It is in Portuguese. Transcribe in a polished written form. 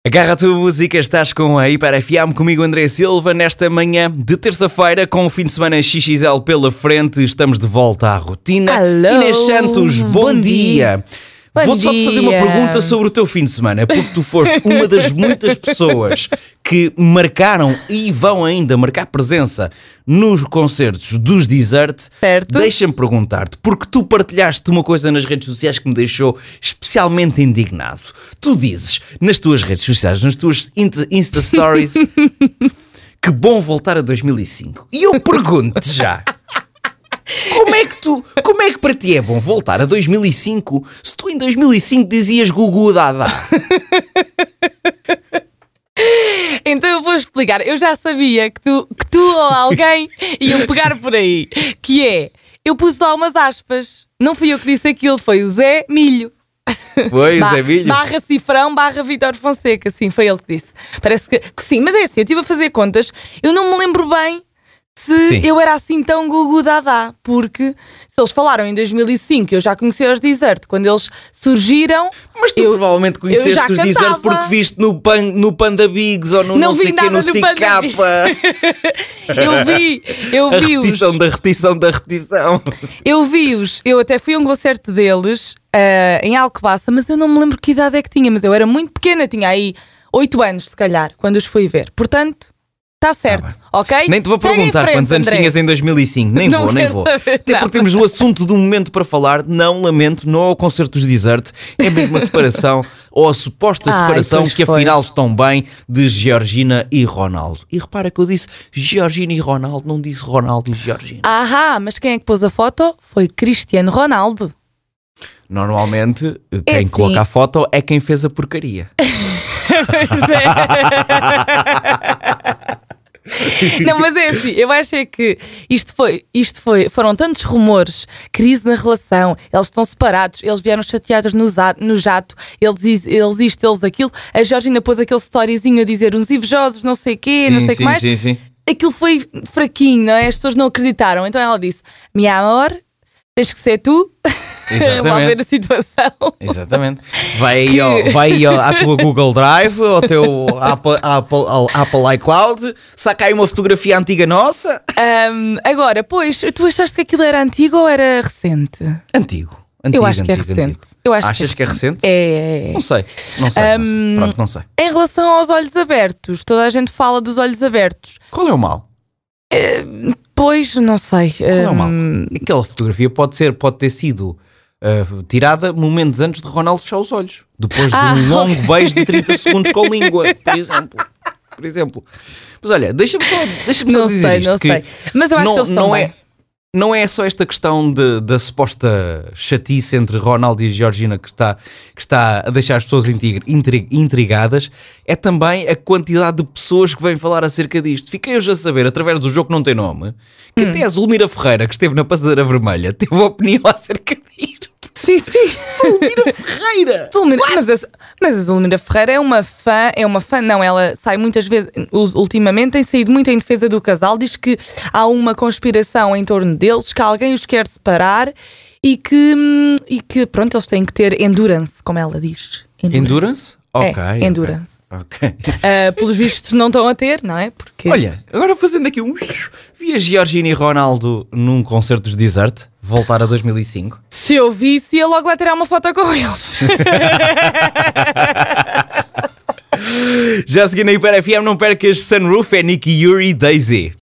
Agarra a tua música, estás com a Hiper FM, comigo André Silva, nesta manhã de terça-feira, com o fim de semana XXL pela frente, estamos de volta à rotina. Alô, Inês Santos, bom dia. Vou só te fazer uma pergunta sobre o teu fim de semana, porque tu foste uma das muitas pessoas que marcaram e vão ainda marcar presença nos concertos dos Desert. Certo. Deixa-me perguntar-te, porque tu partilhaste uma coisa nas redes sociais que me deixou especialmente indignado. Tu dizes nas tuas redes sociais, nas tuas Insta Stories, que bom voltar a 2005. E eu pergunto-te já... Como é que para ti é bom voltar a 2005 se tu em 2005 dizias Gugu Dada? Então eu vou explicar. Eu já sabia que tu ou alguém iam pegar por aí. Que é, eu pus lá umas aspas. Não fui eu que disse aquilo, foi o Zé Milho. Foi o Zé Milho? Barra Cifrão, barra Vítor Fonseca. Sim, foi ele que disse. Parece que sim, mas é assim, eu estive a fazer contas. Eu não me lembro bem se eu era assim tão Gugu Dada, porque se eles falaram em 2005, eu já conhecia os Desert, quando eles surgiram. Mas tu provavelmente conheceste os Desert porque viste no Panda Bigs ou no não sei o que, no Cicapa. Eu vi a repetição da repetição da repetição. Eu vi-os, eu até fui a um concerto deles em Alcobaça, mas eu não me lembro que idade é que tinha, mas eu era muito pequena, tinha aí 8 anos se calhar, quando os fui ver, portanto... Está certo, ok? Nem te vou perguntar quantos anos tinhas em 2005. Nem vou. Saber, até porque temos o assunto do momento para falar. Não, lamento, não é o concerto dos Desert. É mesmo a separação, ou a suposta separação, que afinal estão bem, de Georgina e Ronaldo. E repara que eu disse Georgina e Ronaldo, não disse Ronaldo e Georgina. Mas quem é que pôs a foto? Foi Cristiano Ronaldo. Normalmente, quem coloca a foto é quem fez a porcaria. Não, mas é assim, eu achei que foram tantos rumores, crise na relação, eles estão separados, eles vieram chateados no jato, eles isto, eles aquilo. A Georgina pôs aquele storyzinho a dizer uns invejosos, não sei o quê, não sei o que mais. Sim. Aquilo foi fraquinho, não é? As pessoas não acreditaram. Então ela disse: meu amor, tens que ser tu. Lá ver a situação. Exatamente. Vai aí à tua Google Drive, ao teu Apple iCloud, saca aí uma fotografia antiga nossa. Agora, pois, tu achaste que aquilo era antigo ou era recente? Antigo. Eu acho que é recente. Achas que é recente? É. Não sei. Pronto, não sei. Em relação aos olhos abertos, toda a gente fala dos olhos abertos. Qual é o mal? Pois, não sei. Qual é o mal? Aquela fotografia pode ter sido tirada momentos antes de Ronaldo fechar os olhos. Depois de um longo beijo de 30 segundos com língua, por exemplo. Mas olha, deixa-me só dizer isto. Não sei. Mas eu acho que eles estão bem. Não é só esta questão da suposta chatice entre Ronaldo e Georgina que está a deixar as pessoas intrigadas, é também a quantidade de pessoas que vêm falar acerca disto. Fiquei hoje a saber, através do jogo que não tem nome, que até a Zulmira Ferreira, que esteve na Passadeira Vermelha, teve opinião acerca disto. Sim. Zulmira Ferreira! Mas a Zulmira Ferreira é uma fã, não, ela sai muitas vezes, ultimamente tem saído muito em defesa do casal, diz que há uma conspiração em torno deles, que alguém os quer separar e que pronto, eles têm que ter endurance, como ela diz. Endurance? Ok. Endurance. Ok. Pelos vistos não estão a ter, não é? Porque... Olha, agora fazendo aqui vi a Georgina e Ronaldo num concerto dos Desert, voltar a 2005. Se eu visse, ia logo lá tirar uma foto com eles. Já a seguir na Hiper FM, não percas Sunroof, é Nicky Yuri Daisy.